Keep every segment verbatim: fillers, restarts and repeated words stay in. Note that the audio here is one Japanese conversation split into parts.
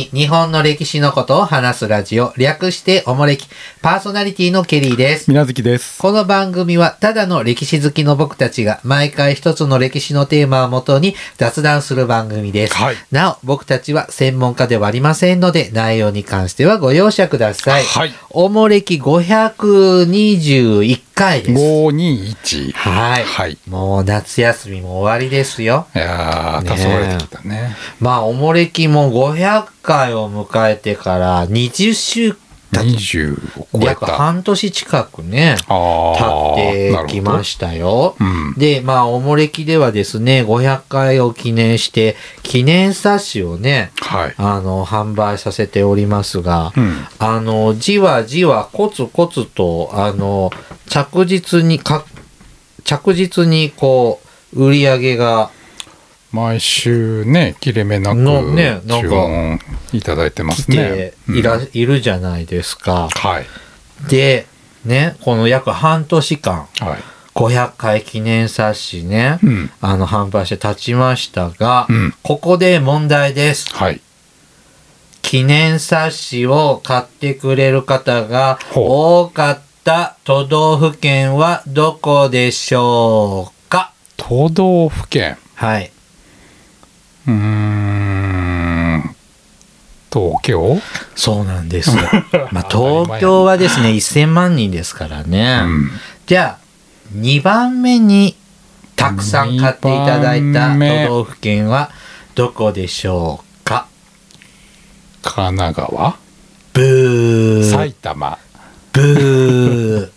日本の歴史のことを話すラジオ、略しておもれき。パーソナリティのケリーです。 みなずきです。 この番組はただの歴史好きの僕たちが毎回一つの歴史のテーマをもとに雑談する番組です。 はい、 なお僕たちは専門家ではありませんので、内容に関してはご容赦ください。 はい、 おもれきごひゃくにじゅういっかいです。 ごひゃくにじゅういち。 はい、 はい、 もう夏休みも終わりですよ。 いやー、黄昏れてきたね。 まあおもれきもごひゃっかいを迎えてからにじゅっしゅうかん、 にじゅうを超えた、 約半年近くね経ってきましたよ、うん、でまあおもれきではですねごひゃっかいを記念して記念冊子をね、はい、あの販売させておりますが、うん、あのじわじわコツコツとあの着実にか着実にこう売り上げが毎週ね切れ目なくね注文いただいてますね。 来ていら、うん、いるじゃないですか。 はい。 でねこの約半年間、はい、ごひゃっかい記念冊子ね、うん、あの販売して経ちましたが、うん、ここで問題です。はい。記念冊子を買ってくれる方が多かった都道府県はどこでしょうか。 都道府県。 はい。 うーん東京？ そうなんです。まあ東京はですねせんまんにんですからね、うん、じゃあにばんめにたくさん買っていただいた都道府県はどこでしょうか。 神奈川？ ブー。 埼玉？ ブー。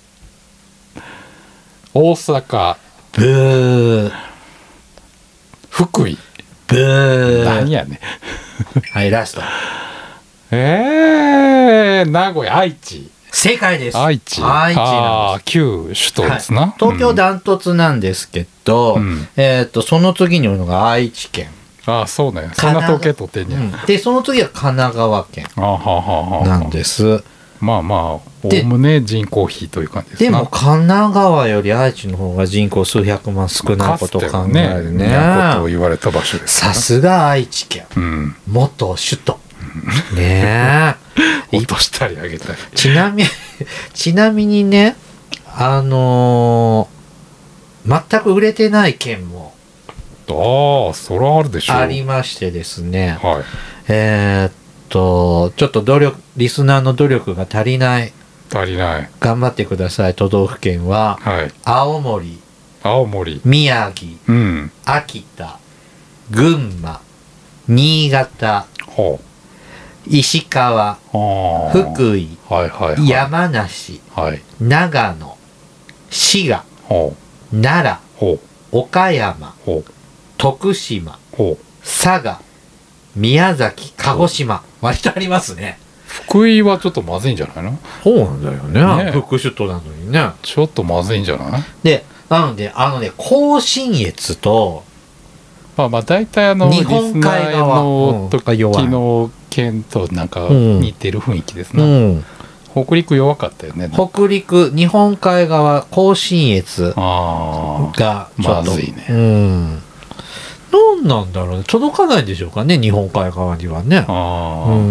大阪？ ブー。 福井？ ブー。 何やねん。 はい、ラスト。 えー、名古屋、愛知。 正解です。 愛知。 愛知なんです。 旧首都ですな。はい、 東京ダントツなんですけど、うん、えっと、その次におるのが愛知県。 ああ、そうね。そんな統計取ってんね、 うん。で、その次は神奈川県。なんです。 まあまあ、おおむね人口比という感じですな。 でも神奈川より愛知の方が人口数百万少ないことを考えるね。 なことを言われた場所です、 ね。さすが愛知県。うん、元首都。ねえ。落としたりあげたり。 ちなみに、ちなみにね、あのー、全く売れてない県も。 ああ、それはあるでしょう。 ありましてですね。はい。えー、っと、ちょっと努力、リスナーの努力が足りない。 足りない。 頑張ってください。都道府県は、はい、青森、 青森、 宮城、うん、秋田、群馬、新潟、ほう石川、福井、はいはいはい、山梨、はい、長野、滋賀、ほう奈良、ほう岡山、ほう徳島、ほう佐賀、宮崎、鹿児島、割とありますね。 福井はちょっとまずいんじゃないの？ そうなんだよね。ね副首都なのにね。 ちょっとまずいんじゃない？ で、なので、あのね、甲信越と、 まあまあ大体あの日本海側の時の県となんか似てる雰囲気ですね、うんうん、北陸弱かったよね。 北陸日本海側甲信越がちょっとまずいね、 うん、何なんだろうね。届かないんでしょうかね日本海側にはね。あ、うん、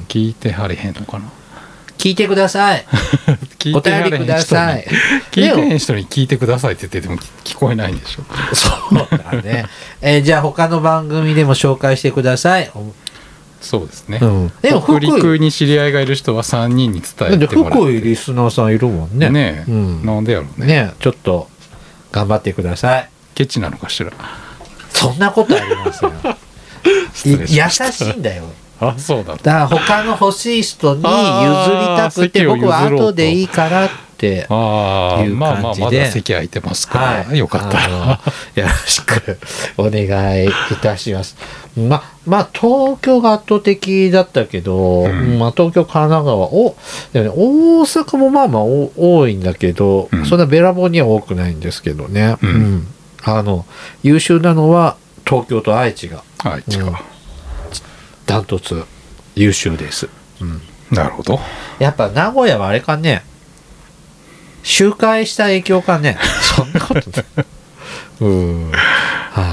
聞いてはれへんのかな。 聞いてください。お便りください。 聞いてへん人に聞いてくださいって言ってても聞こえないんでしょ。 そうだね。えー、じゃあ他の番組でも紹介してください。 そうですね。うん、でも北陸に知り合いがいる人はさんにんに伝えてもらって。 福井リスナーさんいるもんね。 ねえ、うん、なんでやろうね。 ねえ、ちょっと頑張ってください。 ケチなのかしら。 そんなことありません。優しいんだよ。 あ、そうだ。 だから他の欲しい人に譲りたくて僕は後でいいからっていう感じで。 まあまあまだ席空いてますから、はい、よかったらよろしくお願いいたします。ままあ東京が圧倒的だったけど、うん、まあ東京神奈川おでも、ね、大阪もまあまあ多いんだけど、うん、そんなべらぼうには多くないんですけどね。うんうん、あの優秀なのは東京と愛知が。 愛知か。うんダントツ優秀です、 うん、なるほど。 やっぱ名古屋はあれかね集会した影響かねそんなことねうんはい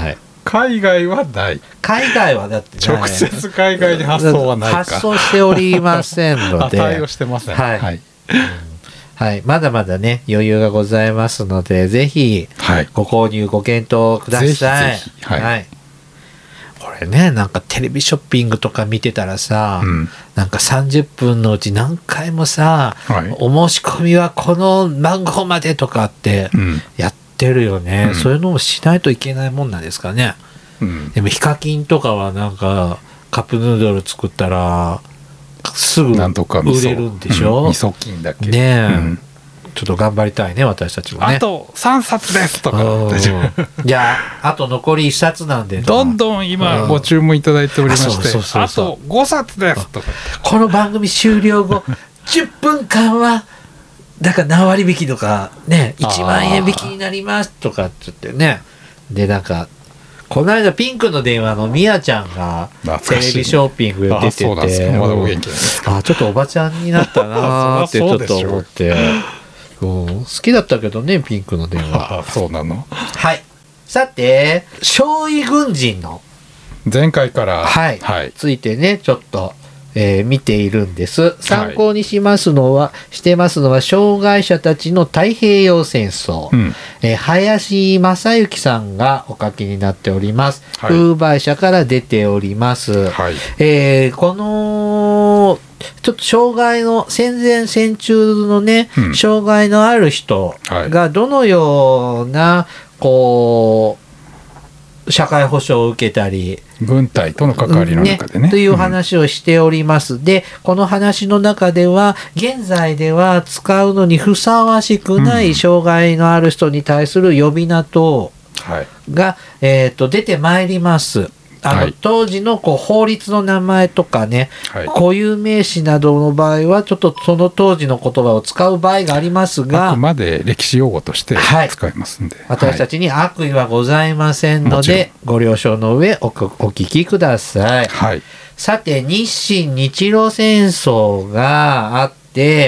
海外はない。 海外はだって、 ね、直接海外に発送はないか。 発送しておりませんので対応してません。 はい、はいはい、まだまだね余裕がございますので、ぜひご購入ご検討ください。ぜひぜひ、はいはい、これね、なんかテレビショッピングとか見てたらさ、うん、なんかさんじゅっぷんのうち何回もさ、はい、お申し込みはこの番号までとかってやってるよね、うん、そういうのもしないといけないもんなんですかね、うん、でもヒカキンとかはなんかカップヌードル作ったらすぐ売れるんでしょ。 味噌菌だけねえ、うん、ちょっと頑張りたいね、私たちもね。 あとさんさつですとかじゃああと残りいっさつなんでどんどん今ご注文いただいておりまして、あとごさつですとか、 この番組終了後じゅっぷんかんはだから何割引きとかね、いちまんえん引きになりますとかっつってね。でなんかこの間ピンクの電話のみやちゃんがテレビショッピング出てて、 まだお元気ですか。 あ、ちょっとおばちゃんになったなーってちょっと思って好きだったけどね、ピンクの電話。 そうなの。 はい。さて、傷痍軍人の前回から、 はいはい、ついてねちょっと、えー、見ているんです。参考にしますのは、はい、してますのは障害者たちの太平洋戦争、うん、えー、林正幸さんがお書きになっております。はい、風売社から出ております。はい、えー、このちょっと障害の戦前戦中のね、うん、障害のある人がどのようなこう社会保障を受けたり軍隊との関わりの中で ね, ねという話をしております、うん、でこの話の中では現在では使うのにふさわしくない障害のある人に対する呼び名等が、はい、えー、と出てまいります。あの、はい、当時のこう法律の名前とかね、はい、固有名詞などの場合はちょっとその当時の言葉を使う場合がありますが、 あくまで歴史用語として使いますんで、はい、 私たちに悪意はございませんので、ご了承の上 お, お聞きください、はい、さて日清日露戦争があって、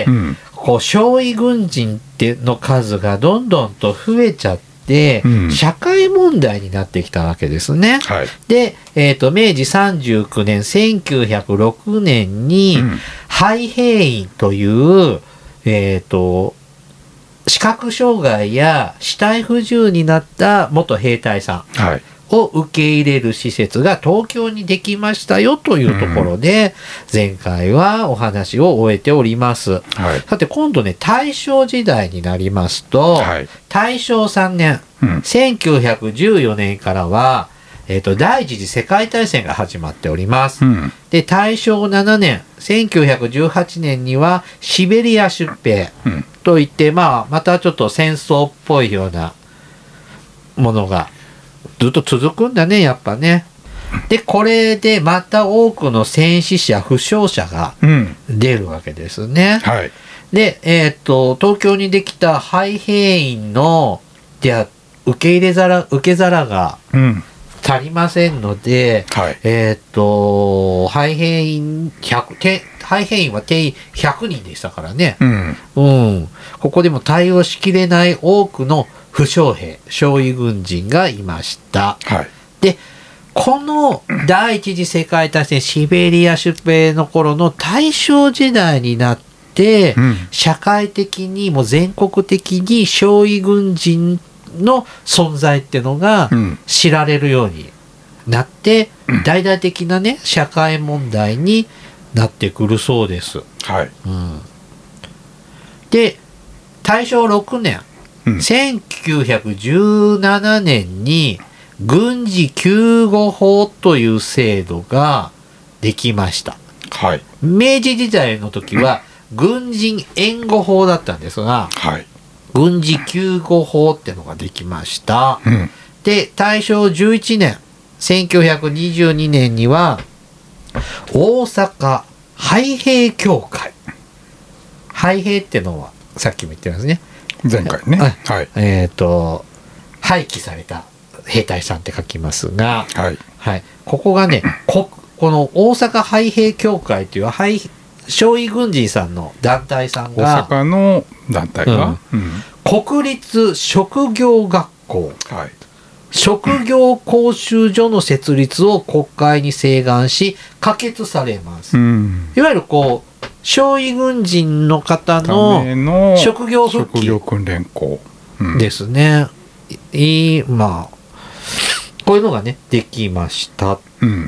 うん、こう傷痍軍人っての数がどんどんと増えちゃってで、うん、社会問題になってきたわけですね。はい、で、えーと、明治さんじゅうきゅうねんせんきゅうひゃくろくねんに、うん、肺閉院という、えーと、視覚障害や視体不自由になった元兵隊さん、はい、を受け入れる施設が東京にできましたよというところで、うん、前回はお話を終えております、はい、さて今度ね大正時代になりますと、はい、大正さんねん、うん、せんきゅうひゃくじゅうよねんからは、えーと、第一次世界大戦が始まっております、うん、で大正ななねんせんきゅうひゃくじゅうはちねんにはシベリア出兵といって、まあ、またちょっと戦争っぽいようなものがずっと続くんだね、やっぱね。でこれでまた多くの戦死者負傷者が出るわけですね、うんはい、で、えー、と東京にできた肺閉院のじゃ受け入れ皿受け皿が足りませんので、うんはい、えっ、ー、と肺閉院ひゃく肺閉院は定員ひゃくにんでしたからね、うんうん、ここでも対応しきれない多くの負傷兵傷痍軍人がいました、はい、でこの第一次世界大戦シベリア出兵の頃の大正時代になって、うん、社会的にも全国的に傷痍軍人の存在っていうのが知られるようになって、うん、大々的なね社会問題になってくるそうです、はいうん、で大正ろくねんうん、せんきゅうひゃくじゅうななねんに軍事救護法という制度ができました、はい、明治時代の時は軍人援護法だったんですが、はい、軍事救護法ってのができました、うん、で大正じゅういちねんせんきゅうひゃくにじゅうにねんには大阪肺閉協会、肺閉ってのはさっきも言ってますね、 前回ね、はい、 えっ、ー、と廃棄された兵隊さんって書きますが、はいはい、ここがねこ, この大阪肺閉協会という傷痍軍人さんの団体さんが大阪の団体が、 うんうん、国立職業学校職業講習所の設立を国会に請願し可決されます、うん、いわゆるこう傷痍軍人の方の職業復帰職業訓練校ですね、うん、いいまあこういうのがねできました、うんうん、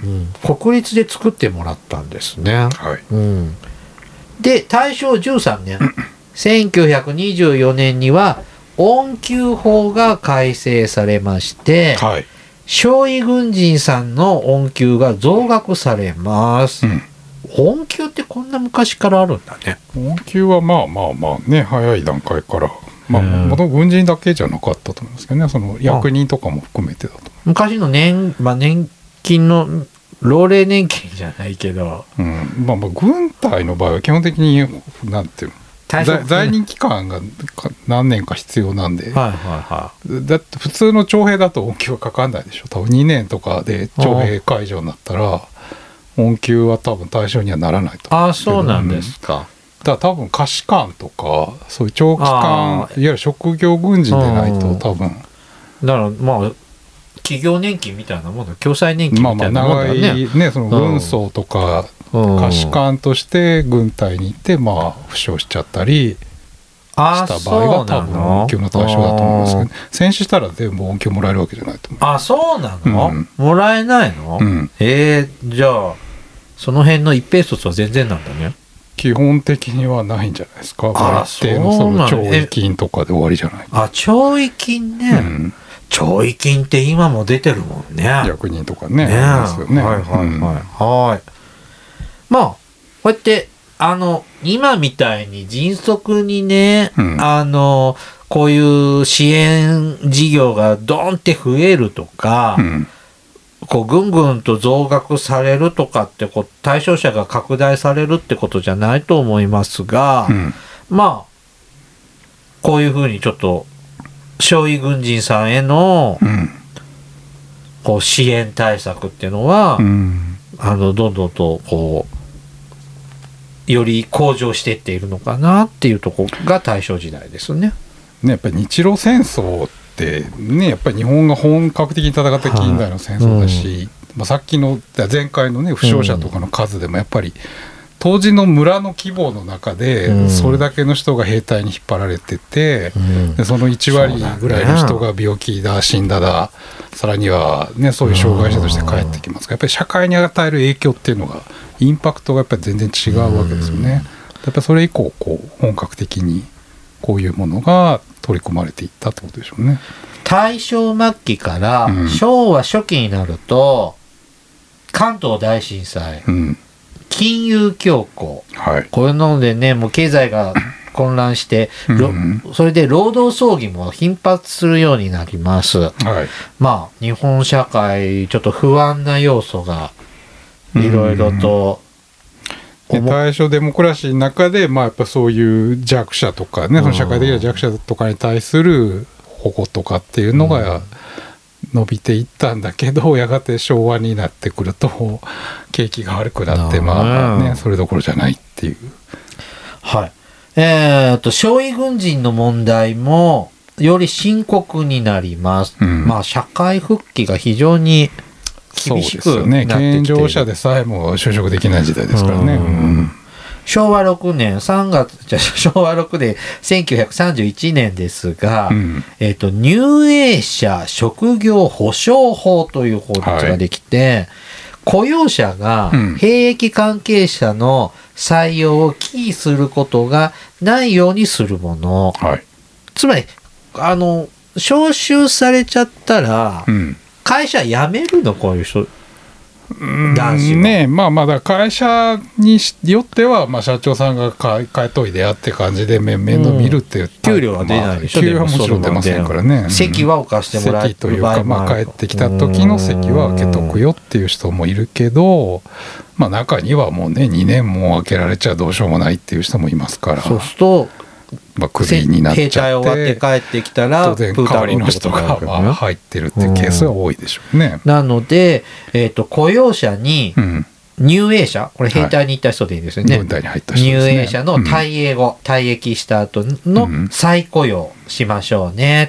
国立で作ってもらったんですね、はいうん、で大正じゅうさんねんせんきゅうひゃくにじゅうよねんには恩給法が改正されまして、はい、傷痍軍人さんの恩給が増額されます、うん、恩給ってこんな昔からあるんだね。 恩給はまあまあまあね早い段階からまあ元軍人だけじゃなかったと思いますけどねその役人とかも含めてだと思います。 昔の年、まあ、年金の老齢年金じゃないけど、 うんまあ、まあ軍隊の場合は基本的になんていうの在, 在任期間が何年か必要なんで、はいはいはい、だって普通の徴兵だと恩給はかかんないでしょ。多分にねんとかで徴兵解除になったら恩給は多分対象にはならないと思うんですけど。ああそうなんですか。 だから多分下士官とかそういう長期間いわゆる職業軍人でないと多分だからまあ企業年金みたいなもの共済年金みたいなものだね。 まあまあ長いねその軍曹とか下士官として軍隊に行ってまあ負傷しちゃったりした場合が多分恩給の対象だと思いますけど、戦死したら全部恩給もらえるわけじゃないと思う。 あそうなの、うん、もらえないの、うん、えー、じゃあその辺の一平卒は全然なんだね。 基本的にはないんじゃないですか。あ一定のその懲役金とかで終わりじゃない。 あ懲役金ね、うん、懲役金って今も出てるもんね。 役人とかね、ねですよね。 はいはいはい、うん、はい。まあこうやってあの今みたいに迅速にね、うん、あのこういう支援事業がドンって増えるとか、うん、こうぐんぐんと増額されるとかってこ対象者が拡大されるってことじゃないと思いますが、うん、まあこういうふうにちょっと傷痍軍人さんへの、うん、こう支援対策っていうのは、うん、あのどんどんとこうより向上していっているのかなっていうところが大正時代ですね。 ねやっぱり日露戦争ってねやっぱり日本が本格的に戦った近代の戦争だし、はいうんまあ、さっきの前回のね負傷者とかの数でもやっぱり当時の村の規模の中でそれだけの人が兵隊に引っ張られてて、うん、でそのいち割ぐらいの人が病気だ死んだださらにはねそういう障害者として帰ってきますからやっぱり社会に与える影響っていうのがインパクトがやっぱり全然違うわけですよね。やっぱりそれ以降こう本格的にこういうものが取り込まれていったってことでしょうね。 大正末期から昭和初期になると、うん、関東大震災、うん、金融恐慌、はい、こういうのでねもう経済が混乱して、うんうん、それで労働争議も頻発するようになります、はい、まあ日本社会ちょっと不安な要素がいろいろと、 うん、で大正デモクラシーの中で、まあ、やっぱそういう弱者とかね、うん、その社会的な弱者とかに対する保護とかっていうのが伸びていったんだけど、うん、やがて昭和になってくると景気が悪くなってまあねそれどころじゃないっていう。 はい。えー、と傷痍軍人の問題もより深刻になります。うん、まあ社会復帰が非常に厳しくなってきている。そうですよね。 健常者でさえも就職できない時代ですからね。うんうん、 昭和ろくねんさんがつじゃ昭和ろくねんせんきゅうひゃくさんじゅういちねんですが、うん、えーと入営者職業保障法という法律ができて、はい、雇用者が兵役関係者の採用を忌避することがないようにするもの、はい、つまりあの招集されちゃったら、うん、会社辞めるのこういう人男子ねまあまあだ会社によっては、まあ、社長さんが変えといでやって感じで面倒見るっていう、うん、 給料は出ないでしょ、 まあ、給料はもちろん出ませんからね。 席は置かしてもらえる席というか、まあ、帰ってきた時の席は受けとくよっていう人もいるけど、まあ、中にはもうねにねんも空けられちゃどうしようもないっていう人もいますから。 そうするとまあ、クビになっちゃって兵隊終わって帰ってきたら当然代わりの人がまあ入ってるっていうケースが多いでしょうね。 うん、なので、えーと、雇用者に入営者、これ兵隊に行った人でいいですよね、はい、 軍隊に入った人ですね。 入営者の退役後、うん、退役した後の再雇用しましょうね、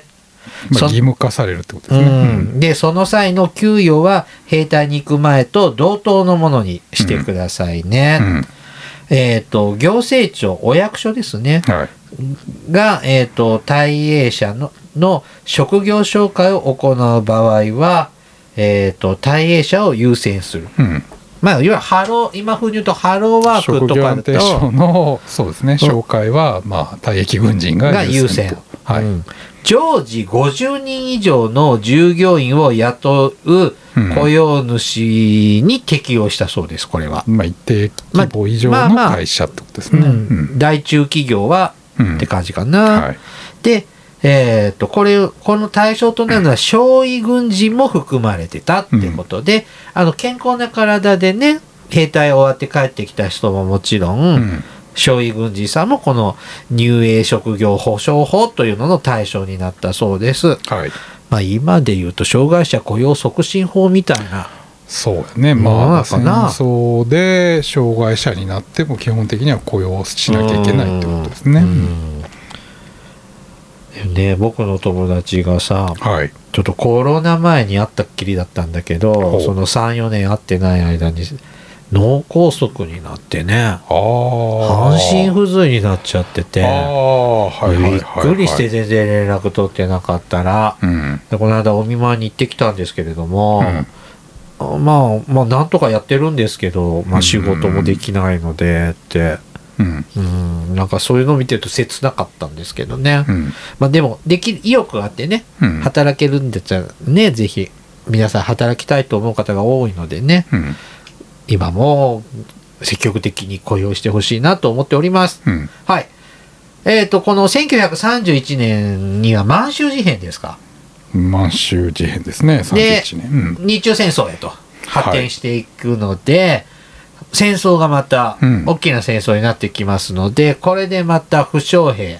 まあ、義務化されるってことですね。 うん、でその際の給与は兵隊に行く前と同等のものにしてくださいね。うんうん、えっ、ー、と行政庁お役所ですね、はい、が、えーと、隊営者のの職業紹介を行う場合は、えーと、隊営者を優先する。うん、まあ、いわゆるハロー、今風に言うとハローワークとかだと職業安定証のそうですね、紹介は、まあ、退役軍人が優先と。はい、うん、 常時ごじゅうにん以上の従業員を雇う雇用主に適用したそうです、これは。 まあ、一定規模以上の会社ってことですね。まあまあ、うん、 大中企業は、うん、って感じかな。はい、で、えー、とこれこの対象となるのは傷痍軍人も含まれてたってことで、うん、あの健康な体でね兵隊終わって帰ってきた人ももちろん、うん、傷痍軍人さんもこの入営職業保障法というのの対象になったそうです。はい、まあ、今でいうと障害者雇用促進法みたいな。 そうね、まあ戦争で障害者になっても基本的には雇用しなきゃいけないってことですね。うんうん、ね、僕の友達がさ、はい、ちょっとコロナ前に会ったっきりだったんだけど、その さん,よ 年会ってない間に脳梗塞になってね、あ半身不随になっちゃってて、あ、はいはいはいはい、びっくりして全然連絡取ってなかったら、うん、でこの間お見舞いに行ってきたんですけれども、うんまあ、まあなんとかやってるんですけど、まあ、仕事もできないのでって、うんうん、なんかそういうのを見てると切なかったんですけどね、うん、まあ、でもできる意欲があってね、うん、働けるんでったらねぜひ皆さん働きたいと思う方が多いのでね、うん、今も積極的に雇用してほしいなと思っております。うん、はい。えっとこのせんきゅうひゃくさんじゅういちねんには満州事変ですか。 満州事変ですね。さんじゅういちねん、うん、 日中戦争へと発展していくので、はい、戦争がまた大きな戦争になってきますので、うん、これでまた負傷兵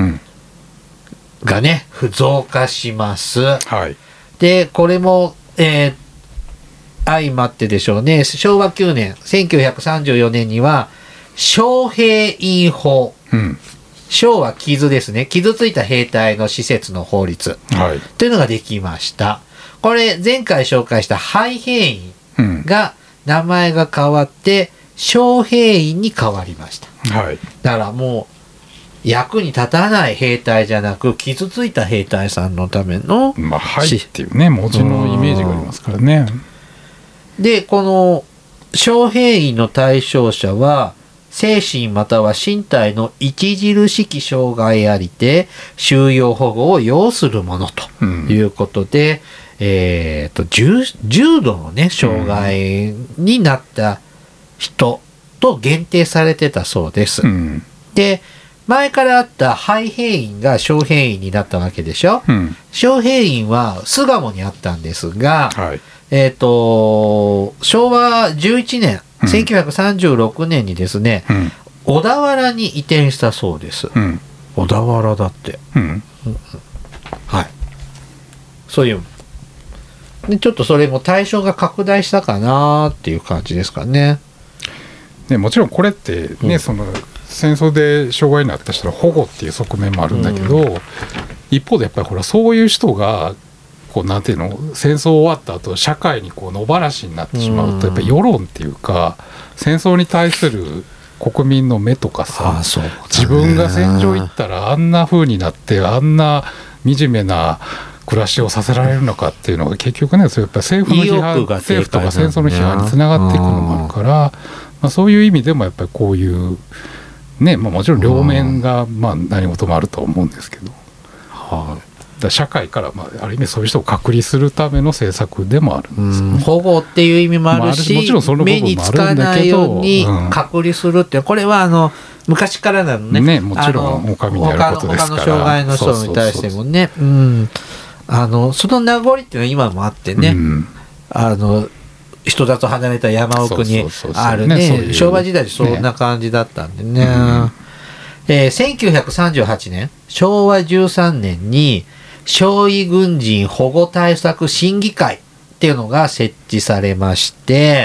がね、うん、増加します。はい、でこれも、えー、相まってでしょうね。しょうわきゅうねんせんきゅうひゃくさんじゅうよねんには傷兵院法、うん傷は傷ですね。傷ついた兵隊の施設の法律、はい、というのができました。これ前回紹介した廃兵院が名前が変わって傷兵院に変わりました。はい、だからもう役に立たない兵隊じゃなく傷ついた兵隊さんのための、 まあ、はいっていうね文字のイメージがありますからね。 でこの傷兵院の対象者は精神または身体の著しき障害ありて収容保護を要するものということで、うん、えー、と 重, 重度のね障害になった人と限定されてたそうです。うん、で前からあった廃兵院が傷兵院になったわけでしょ。うん、傷兵院は巣鴨にあったんですが、はい、えー、と昭和じゅういちねんせんきゅうひゃくさんじゅうろくねんにですね、うん、小田原に移転したそうです。うん、小田原だって、うんうん、はい、そういうでちょっとそれも対象が拡大したかなっていう感じですかね。 ね、もちろんこれってね、うん、その戦争で障害になった人の保護っていう側面もあるんだけど、うん、一方でやっぱりほらそういう人がこうなんていうの戦争終わった後社会にこう野放しになってしまうとやっぱり世論っていうか戦争に対する国民の目とかさ、自分が戦場行ったらあんな風になってあんな惨めな暮らしをさせられるのかっていうのが結局ねそれやっぱ政府の批判政府とか戦争の批判につながっていくのもあるから、まあ、そういう意味でもやっぱりこういうね、まあ、もちろん両面がまあ何事もあると思うんですけど、はあだ社会から、まあ、ある意味そういう人を隔離するための政策でもあるんですよね。 保護っていう意味もあるし、まあ、もちろんその部分もあるんだけど目につかないように隔離するって、うん、これはあの昔からなの ね, ねもちろんお上にあることですから他の障害の人に対してもねあのその名残っていうのは今もあってね、うん、あの人里離れた山奥にあるね昭和時代でそんな感じだったんでね、うんえー、せんきゅうひゃくさんじゅうはちねん昭和じゅうさんねんに傷痍軍人保護対策審議会っていうのが設置されまして、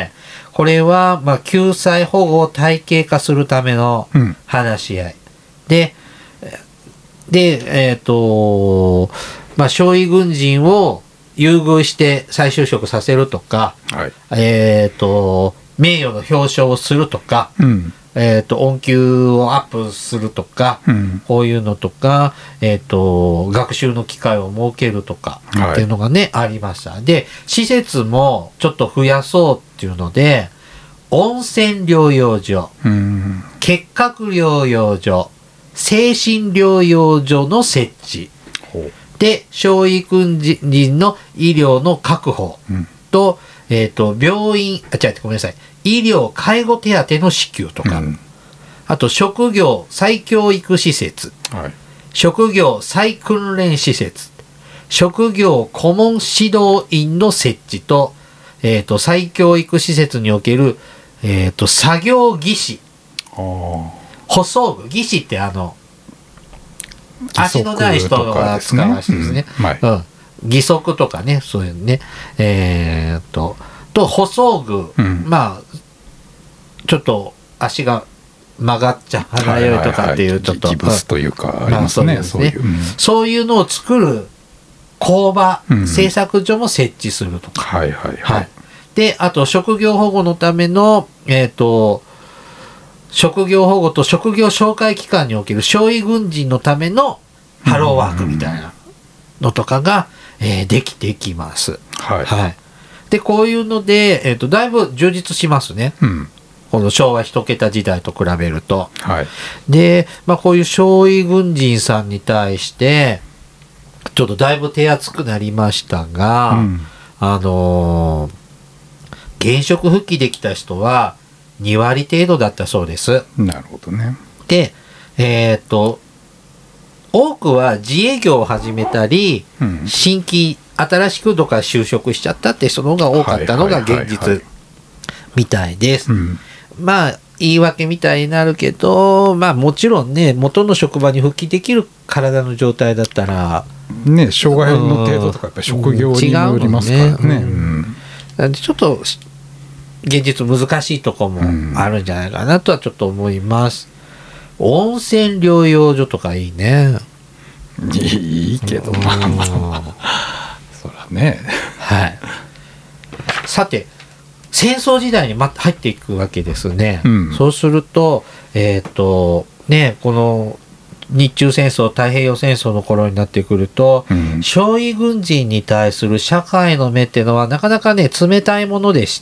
これはまあ救済保護を体系化するための話し合い、うん、ででえっ、ー、とまあ、傷痍軍人を優遇して再就職させるとか、はい、えっ、ー、と名誉の表彰をするとか、うん、えー、と恩給をアップするとか、うん、こういうのとか、えー、と学習の機会を設けるとかっていうのがね、はい、ありました。で施設もちょっと増やそうっていうので温泉療養所、うん、結核療養所、精神療養所の設置で傷痍軍人の医療の確保と、うん、えー、と病院あ違うごめんなさい医療介護手当の支給とか、うん、あと職業再教育施設、はい、職業再訓練施設、職業顧問指導員の設置と、えー、と再教育施設における、えー、と作業技師、舗装具、技師ってあの足のない人が使うらしいですね。義足とかね、そういうね、えー、とと舗装具、うん、まあちょっと足が曲がっちゃわないようとかっていうちょっと、 ギブスというかありますね、そういう、うん、 そういうのを作る工場、うん、製作所も設置するとか、はいはいはいはい、であと職業保護のためのえっ、ー、と職業保護と職業紹介機関における傷痍軍人のためのハローワークみたいなのとかが、えー、できてきます。はい、はい、でこういうので、えーと、だいぶ充実しますね、うん、この昭和一桁時代と比べると、はい、で、まあ、こういう傷痍軍人さんに対してちょっとだいぶ手厚くなりましたが、うん、あのー、現職復帰できた人はにわり程度だったそうです。 なるほどね。 で、えー、っと多くは自営業を始めたり、うん、新規新しくどっか就職しちゃったって人の方が多かったのが現実みたいです。まあ言い訳みたいになるけど、まあもちろんね元の職場に復帰できる体の状態だったらね、障害の程度とかやっぱり職業によりますからね。うん、 なんでちょっと現実難しいとこもあるんじゃないかなとはちょっと思います。うん、温泉療養所とかいいね。 いいけど、まあまあそらね。 はい。さて戦争時代に入っていくわけですね。うん、そうするとえっとねこの日中戦争太平洋戦争の頃になってくると、うん、傷痍軍人に対する社会の目っていうのはなかなかね冷たいものでした。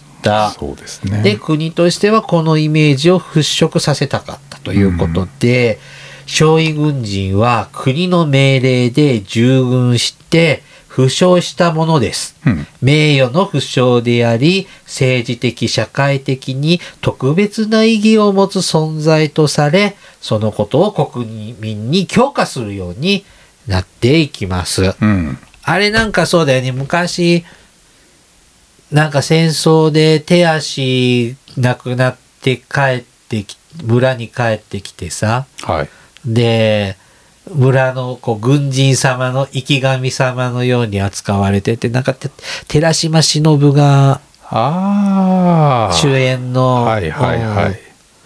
そうですね。 で国としてはこのイメージを払拭させたかったということで、うん、傷痍軍人は国の命令で従軍して負傷したものです、うん、名誉の負傷であり政治的社会的に特別な意義を持つ存在とされそのことを国民に強化するようになっていきます、うん、あれなんかそうだよね。昔なんか戦争で手足なくなって帰ってき村に帰ってきてさ、はい、で村のこう軍人様の生き神様のように扱われててなんか寺島しのぶが主演の、はいはいはい、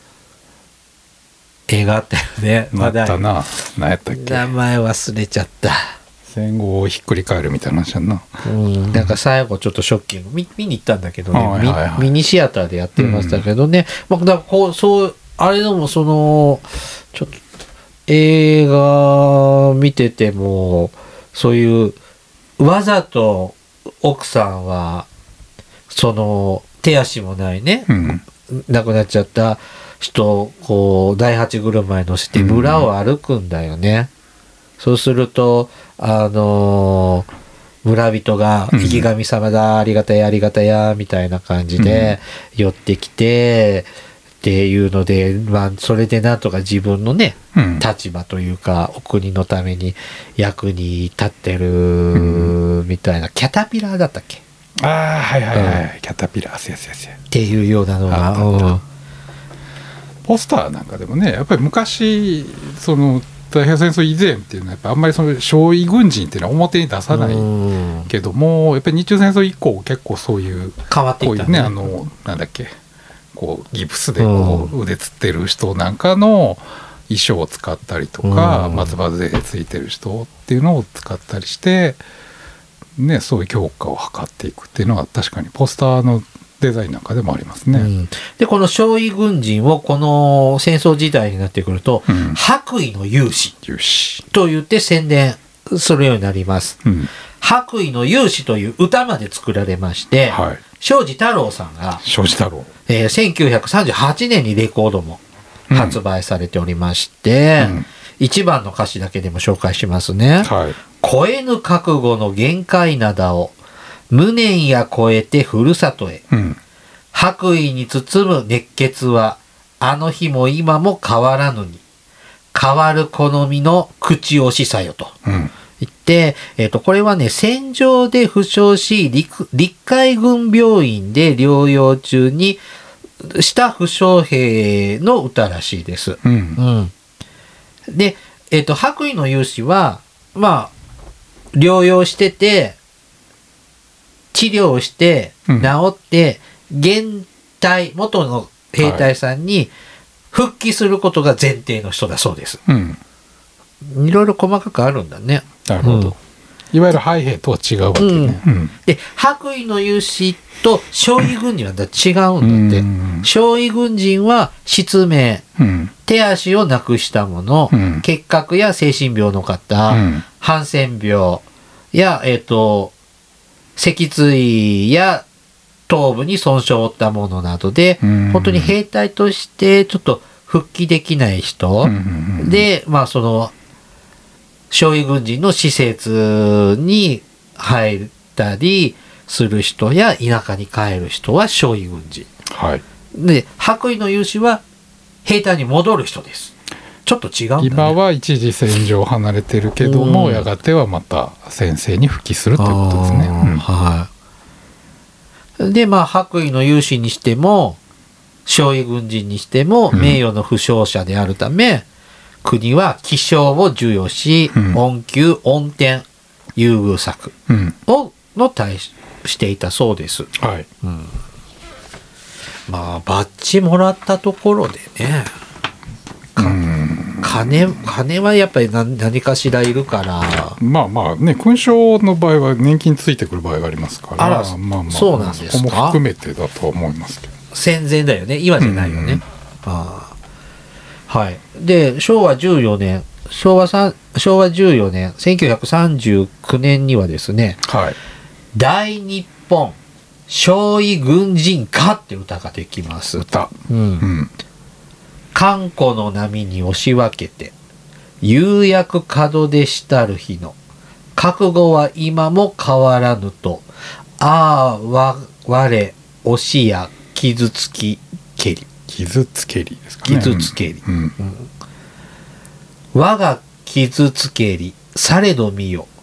映画あったよね。 まだったな。何やったっけ。 名前忘れちゃった。 戦後をひっくり返るみたいな話やんな。 うん、なんか最後ちょっとショッキング 見, 見に行ったんだけどね、はいはいはい、ミ, ミニシアターでやってましたけどね、うんまあ、だからこうそうあれでもそのちょっと映画見ててもそういうわざと奥さんはその手足もないね、うん、亡くなっちゃった人をこう第八車に乗せて村を歩くんだよね、うん、そうするとあのー、村人が生き神様だ、うん、ありがたやありがたやみたいな感じで寄ってきて、うんっていうので、まあ、それでなんとか自分のね、うん、立場というかお国のために役に立ってるみたいな、うん、キャタピラーだったっけ。 ああはいはいはい、うん、キャタピラーせやせやせやっていうようなのが、うん、 ポスターなんかでもねやっぱり昔その太平洋戦争以前っていうのはやっぱあんまりその傷痍軍人っていうのは表に出さないけども、やっぱり日中戦争以降結構そういう変わっていったね。 こういうねあのなんだっけこうギプスでこう腕つってる人なんかの衣装を使ったりとか、松葉杖ついてる人っていうのを使ったりして、ね、そういう強化を図っていくっていうのは確かにポスターのデザインなんかでもありますね。うん、 でこの少尉軍人をこの戦争時代になってくると、うん、白衣の勇士と言って宣伝するようになります。うん、白衣の勇士という歌まで作られまして、はい、庄司太郎さんが庄司太郎、 えー、せんきゅうひゃくさんじゅうはちねんにレコードも発売されておりまして、うん、いちばんの歌詞だけでも紹介しますね。はい、超えぬ覚悟の限界灘を無念や超えてふるさとへ、うん、白衣に包む熱血はあの日も今も変わらぬに変わる好みの口押しさよと、うん、言って、えーと、これはね戦場で負傷し 陸, 陸海軍病院で療養中にした負傷兵の歌らしいです。うんうん、で、えーと、白衣の勇士はまあ療養してて治療して治って現隊元の兵隊さんに復帰することが前提の人だそうです。うん、いろいろ細かくあるんだね。 なるほど。うん、いわゆる敗兵とは違うわけね。うん、 で白衣の勇士と少尉軍人は違うんだって。うん、少尉軍人は失明、うん、手足をなくした者、うん、結核や精神病の方、うん、ハンセン病やえっと脊椎や頭部に損傷を負ったものなどで、本当に兵隊としてちょっと復帰できない人で、まあその少尉軍人の施設に入ったりする人や田舎に帰る人は少尉軍人。はい、で白衣の勇士は兵隊に戻る人です。ちょっと違うんだね。 今は一時戦場を離れてるけども、やがてはまた戦線に復帰するということですね。うん、はい。 でまあ白衣の勇士にしても少尉軍人にしても名誉の負傷者であるため、うん、国は気象を授与し、うん、恩給恩典優遇策を、うん、の対していたそうです。はい。うん、まあバッジもらったところでね。金, 金はやっぱり 何, 何かしらいるからまあまあね勲章の場合は年金ついてくる場合がありますからあら、まあまあ、そうなんですか。 そこも含めてだとは思いますけど戦前だよね今じゃないよね。うん、あはい。で昭和じゅうよねん昭和さん昭和じゅうよねんせんきゅうひゃくさんじゅうきゅうねんにはですね、はい、大日本少尉軍人歌って歌ができます。 歌、うんうん寒湖の波に押し分けて釉薬門でしたる日の覚悟は今も変わらぬとああわ我押しや傷つきけり傷つけりですかね。 傷つけり、うんうん、我が傷つけりされどみよ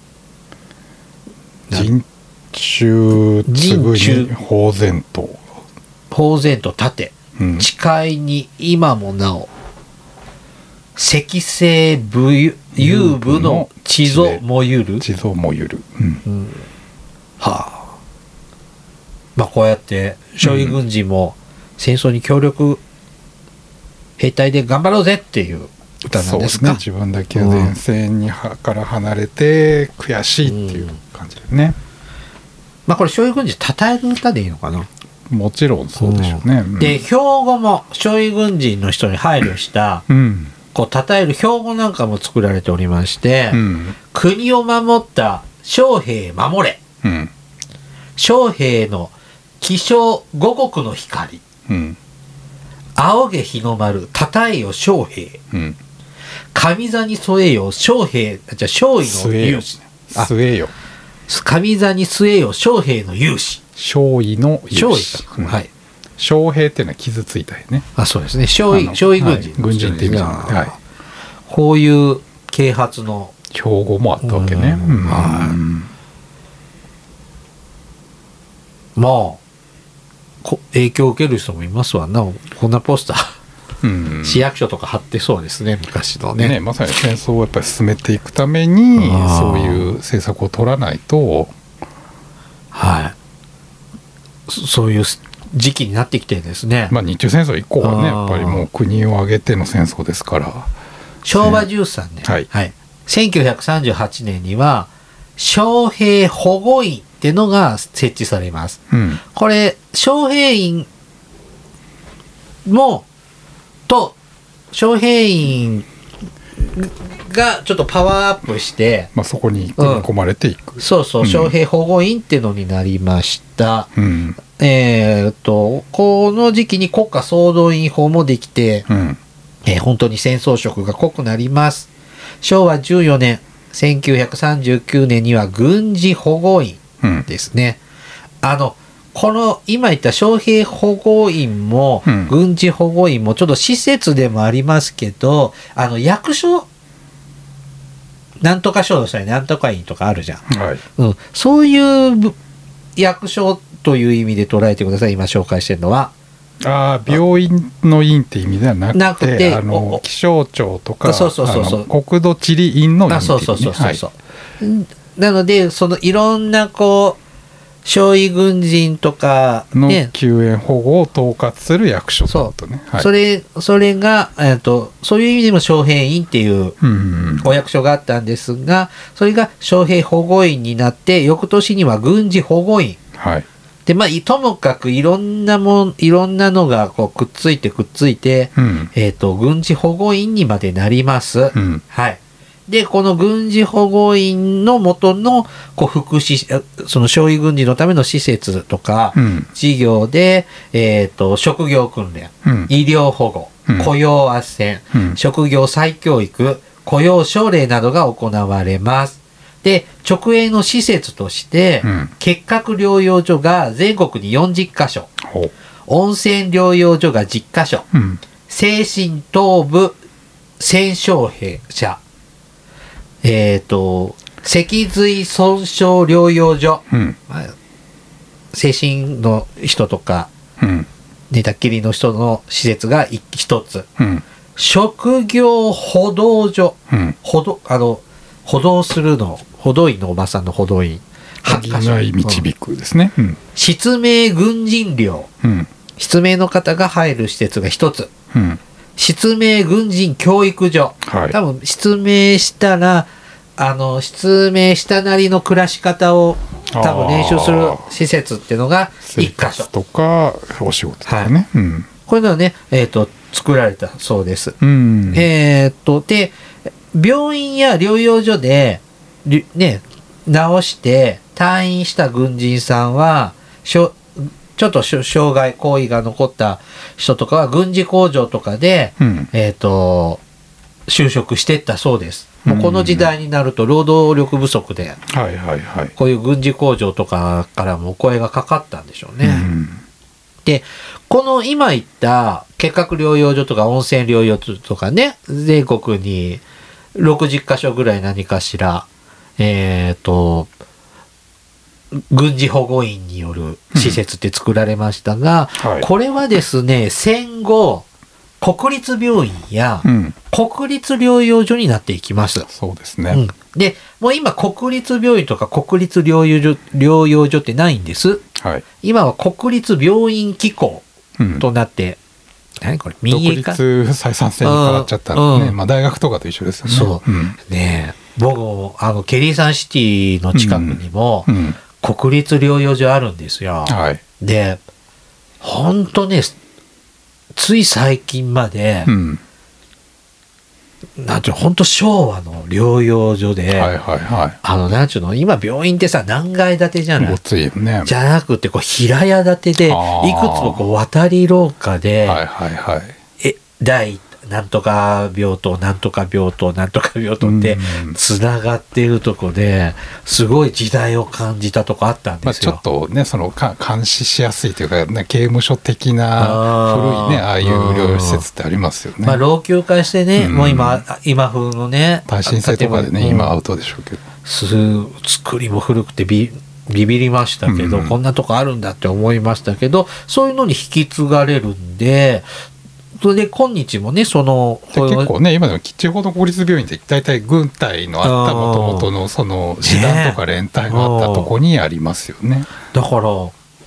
人中つぐに呆然と呆然と立て誓いに今もなお赤星武勇武の地蔵もゆる地蔵もゆる、うんうん、 はあまあこうやって少尉軍人も戦争に協力、うん、兵隊で頑張ろうぜっていう歌なんですか。 そうですね。自分だけ前線には、うん、から離れて悔しいっていう感じですね。うん、 まあこれ少尉軍人称える歌でいいのかな。 もちろんそうでしょうね。うん、 で標語も少尉軍人の人に配慮した、うん、こう称える標語なんかも作られておりまして、うん、国を守った将兵守れ、うん、将兵の起床五穀の光、うん、仰げ日の丸称えよ将兵、うん、上座に添えよ将兵じゃ少尉の勇士据えよ上座に据えよ将兵の勇士少尉の勇士、 うん、はい。 将兵っていうのは傷ついたりね。 あ、そうですね。少尉少尉軍人、 はい、軍人って意味なので、はい。 こういう啓発の標語もあったわけね。うんうん、はい。 まあこ影響を受ける人もいますわな。こんなポスター、うん、市役所とか貼ってそうですね。昔のね。 ね、まさに戦争をやっぱり進めていくためにそういう政策を取らないと、 はい。そういう時期になってきてですね。 まあ日中戦争以降はねやっぱりもう国を挙げての戦争ですから。 しょうわじゅうさんねん、はいはい、せんきゅうひゃくさんじゅうはちねんには将兵保護院っていうのが設置されます、うん、これ将兵院もと将兵院がちょっとパワーアップして、 まあ、そこに組み込まれていく、 うん、そうそう、将兵保護院っていうのになりました、うん、えー、っとこの時期に国家総動員法もできて、うんえー、本当に戦争色が濃くなります。しょうわじゅうよねんせんきゅうひゃくさんじゅうきゅうねんには軍事保護院ですね、うん、あのこの今言った将兵保護院も、うん、軍事保護院もちょっと施設でもありますけど、あの役所なんとか省の下になんとか院とかあるじゃん、はいうん、そういう役所という意味で捉えてください。今紹介してるのはあ病院の院って意味ではなくて、なくてあの気象庁とかそうそうそうそう国土地理院の院っていう、ね、そうそうそうそう、はい、 なのでそのいろんなこう傷痍軍人とか、 ね、の救援保護を統括する役所だとね、 はい、それそれが、えー、とそういう意味でも将兵院っていうお役所があったんですが、それが将兵保護院になって翌年には軍事保護院、はいでまあ、ともかくいろんなもんいろんなのがこうくっついてくっついて、うんえー、と軍事保護院にまでなります、うんはい、でこの軍事保護院の元のこう福祉その傷痍軍人のための施設とか、うん、事業で、えー、と職業訓練、うん、医療保護、うん、雇用斡旋、うん、職業再教育雇用奨励などが行われます。で直営の施設として、うん、結核療養所が全国によんじゅっかしょ、温泉療養所がじゅっかしょ、うん、精神頭部戦傷兵者、えっ、ー、と脊髄損傷療養所、うんまあ、精神の人とか、うん、寝たきりの人の施設が一つ、うん、職業補導所、うん、補導あの補導するの補導員のおばさんの補導員はちかしょ導くですね、うん、 失明軍人寮、うん、失明の方が入る施設が一つ、うん、失明軍人教育所、はい、多分失明したらあの失明したなりの暮らし方を多分練習する施設っていうのがいっかしょとかお仕事とかね、はいうん、 こういうのはね、えーと、作られたそうです、うん、えーとで病院や療養所でね、治して退院した軍人さんはしょちょっと障害行為が残った人とかは軍事工場とかで、うん、えーと就職していったそうです。もうこの時代になると労働力不足で、はいはいはい、こういう軍事工場とかからもお声がかかったんでしょうね。うん、でこの今言った結核療養所とか温泉療養所とかね全国にろくじゅっかしょぐらい何かしらえっと軍事保護院による施設って作られましたが、うんはい、これはですね戦後国立病院や国立療養所になっていきます。 そうですね、 うん、でもう今国立病院とか国立療養所、療養所ってないんです、はい、今は国立病院機構となって、うん、何これ民営化独立採算制に変わっちゃったんでね、うんまあ、大学とかと一緒ですよね。 そう、うん、ねえ僕もあのケリーサンシティの近くにも国立療養所あるんですよ、はい、でほんとねつい最近まで、うん、なんていうのほんと昭和の療養所で、はいはいはい、あのなんていうの今病院ってさ何階建てじゃない、ね、じゃなくてこう平屋建てでいくつもこう渡り廊下で、はいはいはい、え第なんとか病棟なんとか病棟なんとか病棟ってつながっているとこですごい時代を感じたとこあったんですよ、 まあ、ちょっとねそのか監視しやすいというか、ね、刑務所的な古いねああいう療養施設ってありますよね。 まあ、老朽化してね、うん、もう今今風のね耐震性とかでね今アウトでしょうけど作りも古くてビビビりましたけど、うん、こんなとこあるんだって思いましたけどそういうのに引き継がれるんでそれで今日もねその結構ね今でも地方の公立病院って大体軍隊のあったもともとのその師団とか連隊があったとこにありますよね。 だから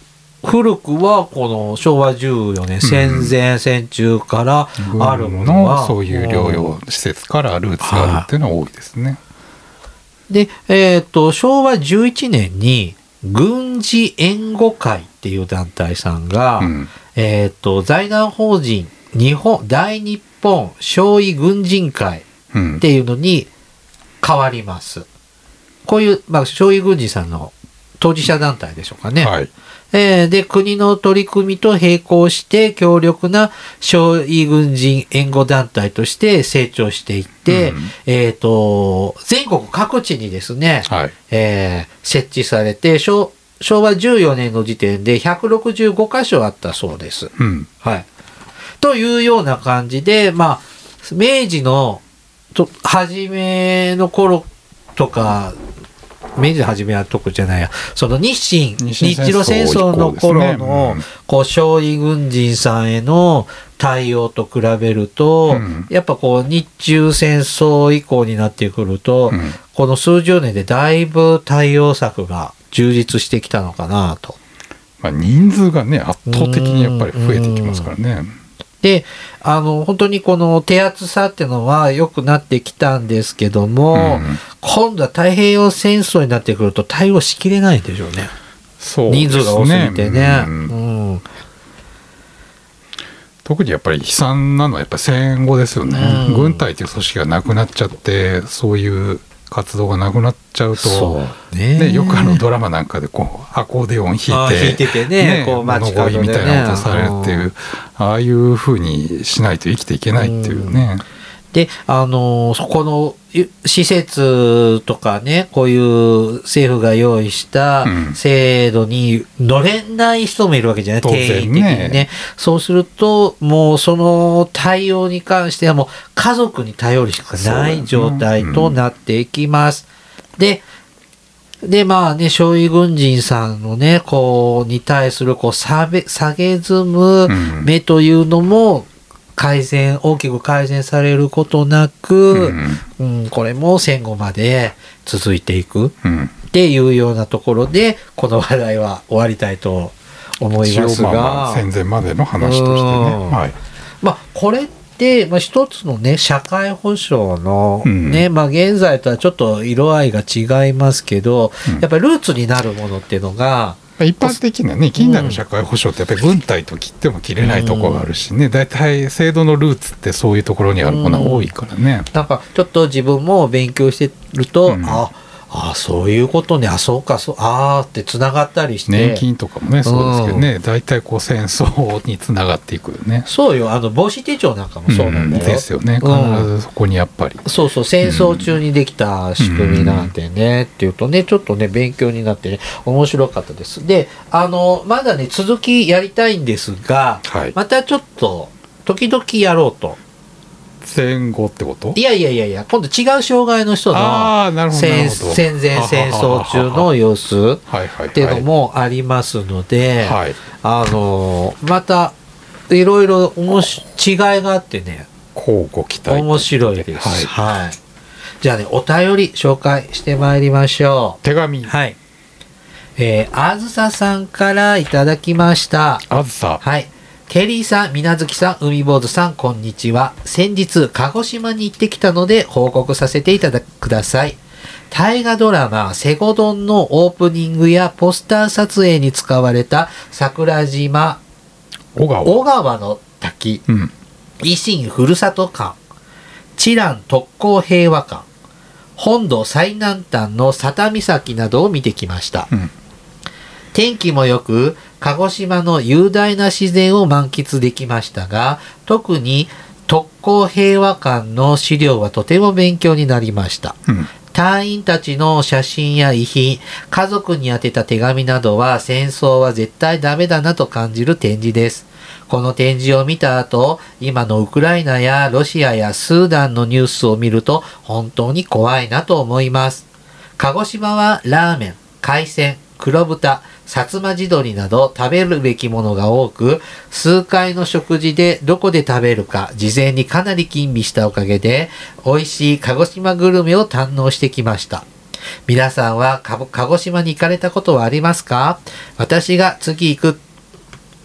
古くはこのしょうわじゅうよねん、うん、戦前戦中からあるものはそういう療養施設からルーツがあるっていうのは多いですね。 で、えーと、しょうわじゅういちねんに軍事援護会っていう団体さんが、うん、えーと、財団法人日本大日本少尉軍人会っていうのに変わります。うん、こういう、まあ、少尉軍人さんの当事者団体でしょうかね。はい、えー、で、国の取り組みと並行して強力な少尉軍人援護団体として成長していって、うん、えっと、全国各地にですね、はい、えー、設置されて、昭和じゅうよねんの時点でひゃくろくじゅうごかしょあったそうです。うん、はい。というような感じで、まあ、明治のと初めの頃とか、明治の初めは特じゃないや、その日清、日露戦争の頃の、ね、うん、こう、少尉軍人さんへの対応と比べると、うん、やっぱこう、日中戦争以降になってくると、うん、この数十年でだいぶ対応策が充実してきたのかなと。 まあ、人数がね、圧倒的にやっぱり増えてきますからね。 で、あの、本当にこの手厚さっていうのは良くなってきたんですけども、うん、今度は太平洋戦争になってくると対応しきれないんでしょうね。 そうですね。 人数が多すぎてね。うんうん、 特にやっぱり悲惨なのはやっぱり戦後ですよね。うん、軍隊という組織がなくなっちゃって、そういう活動がなくなっちゃうと、ねね、よくあのドラマなんかでこうアコーディオン弾いて、 弾いててね、 ね、こう物乞いみたいなことされるっていう、ああいう風にしないと生きていけないっていうね。 で、あのそこの施設とかね、こういう政府が用意した制度に乗れない人もいるわけじゃない、定員的にね。ね、そうするともうその対応に関してはもう家族に頼るしかない状態となっていきます。うん、ででまあね、少尉軍人さんのね、こうに対するこう下げ下げずむ目というのも、うん、改善、大きく改善されることなく、うんうん、これも戦後まで続いていくっていうようなところで、この話題は終わりたいと思いますが、まあ、戦前までの話としてね、はい、 まあ、これってまあ、一つのね、社会保障のね、うん、まあ、現在とはちょっと色合いが違いますけど、うん、やっぱりルーツになるものっていうのが一般的なね、近代の社会保障ってやっぱり軍隊と切っても切れないところがあるしね、大体制度のルーツってそういうところにあるものが多いからね。 なんかちょっと自分も勉強してると、うん、ああそういうことね、あそうかそうあーってつながったりして、 年金とかもねそうですけどね、大体こう戦争につながっていくよね。 そうよ、あの母子手帳なんかもそうなんだよ、 うん、ですよね。必ずそこにやっぱり、 うん、そうそう、戦争中にできた仕組みなんてね、うん、っていうとね、ちょっとね勉強になってね面白かったです。で、あのまだね続きやりたいんですが、はい、またちょっと時々やろうと。 戦後ってこと？ いやいやいやいや、今度違う障害の人の戦戦前戦争中の様子っていうのもありますので、はい、あのまたいろいろおもし違いがあってね、 交互期待、 面白いです。はいはい、じゃあね、お便り紹介してまいりましょう。 手紙、 はい、えー、あずささんからいただきました。 あずさ、 はい。ケリーさん、みなずきさん、海坊主さん、こんにちは。先日、鹿児島に行ってきたので報告させていただください。大河ドラマ、セゴドンのオープニングやポスター撮影に使われた桜島、 小川、 小川の滝、うん、維新ふるさと館、知覧特攻平和館、本土最南端の佐多岬などを見てきました。うん、天気も良く、鹿児島の雄大な自然を満喫できましたが、特に特攻平和館の資料はとても勉強になりました。うん、隊員たちの写真や遺品、家族に宛てた手紙などは戦争は絶対ダメだなと感じる展示です。この展示を見た後、今のウクライナやロシアやスーダンのニュースを見ると本当に怖いなと思います。鹿児島はラーメン、海鮮、黒豚、薩摩地鶏など食べるべきものが多く、数回の食事でどこで食べるか事前にかなり吟味したおかげで美味しい鹿児島グルメを堪能してきました。皆さんは鹿児島に行かれたことはありますか？私が次行く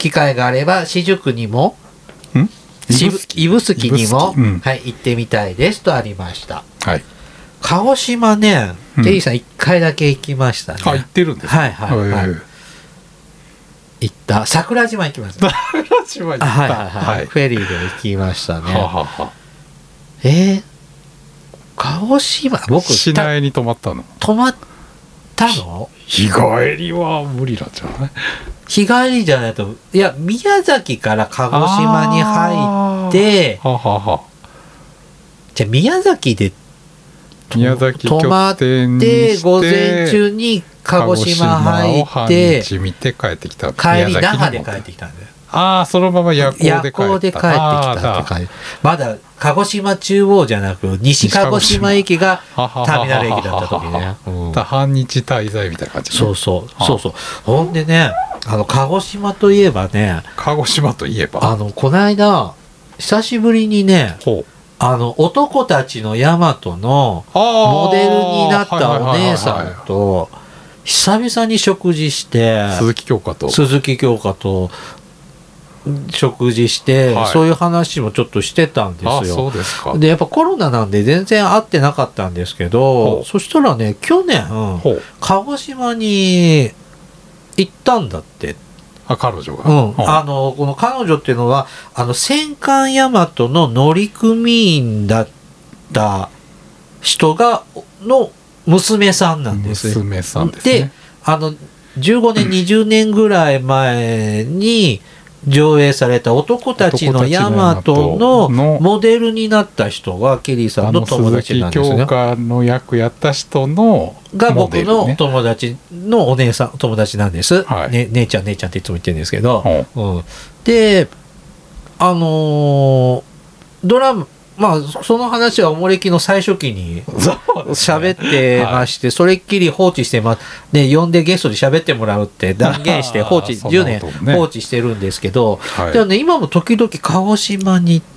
機会があれば私塾にも指宿にも、うん、はい、行ってみたいですとありました。 はい、 鹿児島ね、ケリーさんいっかいだけ行きましたね。 あ、行ってるんですか。 はいはいはい。行った。桜島行きました。 桜島行った。 はいはいはい。はい、フェリーで行きましたね。 はははえー、鹿児島、僕市内に泊まったの。 泊まったの？ 日帰りは無理なんじゃない？ 日帰りじゃないと、いや、宮崎から鹿児島に入って、 はははじゃあ宮崎で宮崎泊まって午前中に鹿児島入って半日見て帰ってきた。 帰り那覇で帰ってきたんだよ。 ああ、そのまま夜行で帰った。 夜行で帰ってきたって感じ。まだ鹿児島中央じゃなく西鹿児島駅がターミナル駅だった時ね。 うん、半日滞在みたいな感じ、ね、 そうそうそうそう。ほんでね、あの鹿児島といえばね、 鹿児島といえばあのこの間久しぶりにね、あの男たちのヤマトのモデルになったお姉さんと久々に食事して、 鈴木京香と鈴木京香と食事して、はい、そういう話もちょっとしてたんですよ。 あ、そうですか。 でやっぱコロナなんで全然会ってなかったんですけど、そしたらね、去年鹿児島に行ったんだって。 あ、彼女が、 うん、あのこの彼女っていうのはあの戦艦大和の乗組員だった人がの娘さんなんです。 娘さんですね。 で、あのじゅうごねんにじゅうねんぐらい前に上映された男たちのヤマトのモデルになった人がケリーさんの友達なんですね。 鈴木京香の役やった人のが僕の友達のお姉さん友達なんです、はいね、姉ちゃん姉ちゃんっていつも言ってるんですけど、うん、であのー、ドラマまあその話はおもれきの最初期に喋ってまして、それっきり放置してますで、呼んでゲストで喋ってもらうって断言して放置じゅうねん放置してるんですけど、でもね、今も時々鹿児島に行って、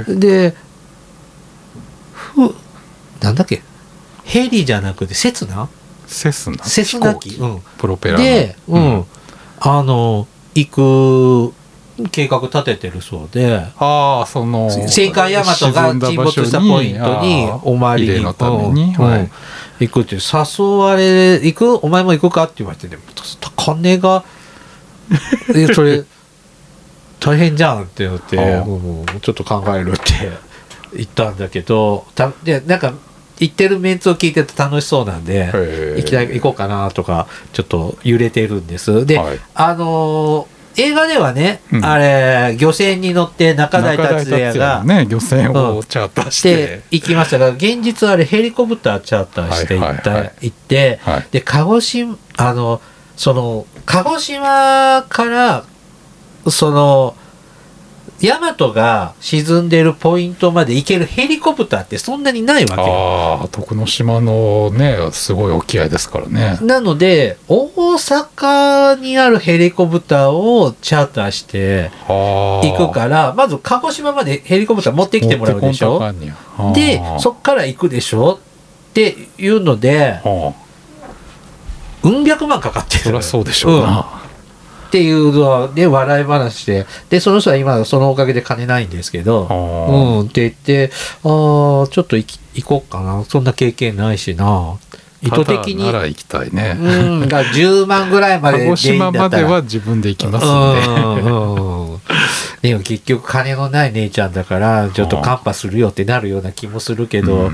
でふなんだっけ、ヘリじゃなくてセスナセスナセスナ機、うん、 プロペラで、うん、うん、あの行く計画立ててるそうで、 ああ、その戦艦大和が沈没したポイントにお参りに行く、はい、行くって誘われ、行くお前も行くかって言われて、ね、金がそれ大変じゃんって言って、うん、ちょっと考えるって言ったんだけど、たでなんか行ってるメンツを聞いてて楽しそうなんで行きたい行こうかなとかちょっと揺れてるんです。で、はい、あのー映画ではね、うん、あれ漁船に乗って中台達也が、 ね、漁船をチャーターして、 うん、行きましたが、現実はあれヘリコプターチャーターして行った、はいはいはい、行って、はい、で鹿児島あのその鹿児島からその大和が沈んでるポイントまで行けるヘリコプターってそんなにないわけよ。 ああ、徳之島のねすごい沖合ですからね。 なので大阪にあるヘリコプターをチャーターして行くから、まず鹿児島までヘリコプター持ってきてもらうでしょ。でそっから行くでしょっていうのでうん百万かかってる。 そりゃそうでしょうな、 うんっていうので笑い話で、でその人は今そのおかげで金ないんですけど、うんって言って、ああちょっと行き行こうかな、そんな経験ないしな、意図的になら行きたいね。 うんがじゅうまんぐらいまででいいんだったら、 鹿児島までは自分で行きますんで、 うんうん、でも結局金のない姉ちゃんだからちょっとカンパするよってなるような気もするけど、うん、うん、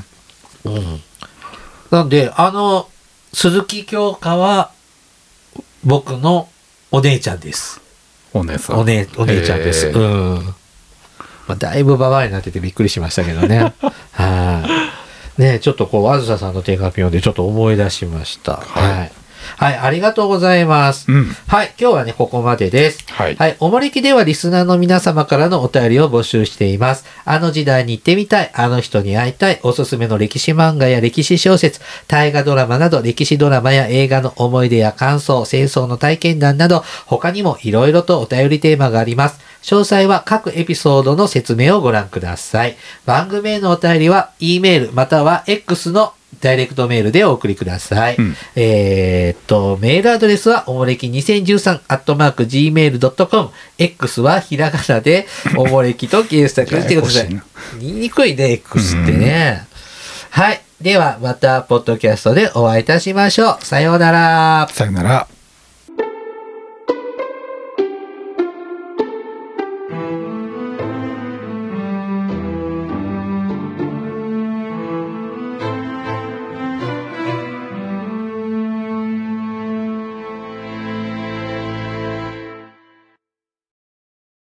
なんであの鈴木京香は僕のお姉ちゃんです。 お姉さん。 お姉、お姉ちゃんです。うん。まあ、だいぶババアになっててびっくりしましたけどね。はい。ね、ちょっとこう、あずささんの手紙を読んでちょっと思い出しました。はい。はいはい、ありがとうございます。うん、はい、今日はね、ここまでです。はい。はい、おもれきではリスナーの皆様からのお便りを募集しています。あの時代に行ってみたい、あの人に会いたい、おすすめの歴史漫画や歴史小説、大河ドラマなど、歴史ドラマや映画の思い出や感想、戦争の体験談など、他にもいろいろとお便りテーマがあります。詳細は各エピソードの説明をご覧ください。番組へのお便りは、E メールまたは X のダイレクトメールでお送りください。うん、えー、っと、メールアドレスはおもれきにせんじゅうさんアットマークジーメールドットコム。X はひらがなでおもれきと検索してください。言いにくいね、X ってね。はい。では、また、ポッドキャストでお会いいたしましょう。さようなら。 さようなら。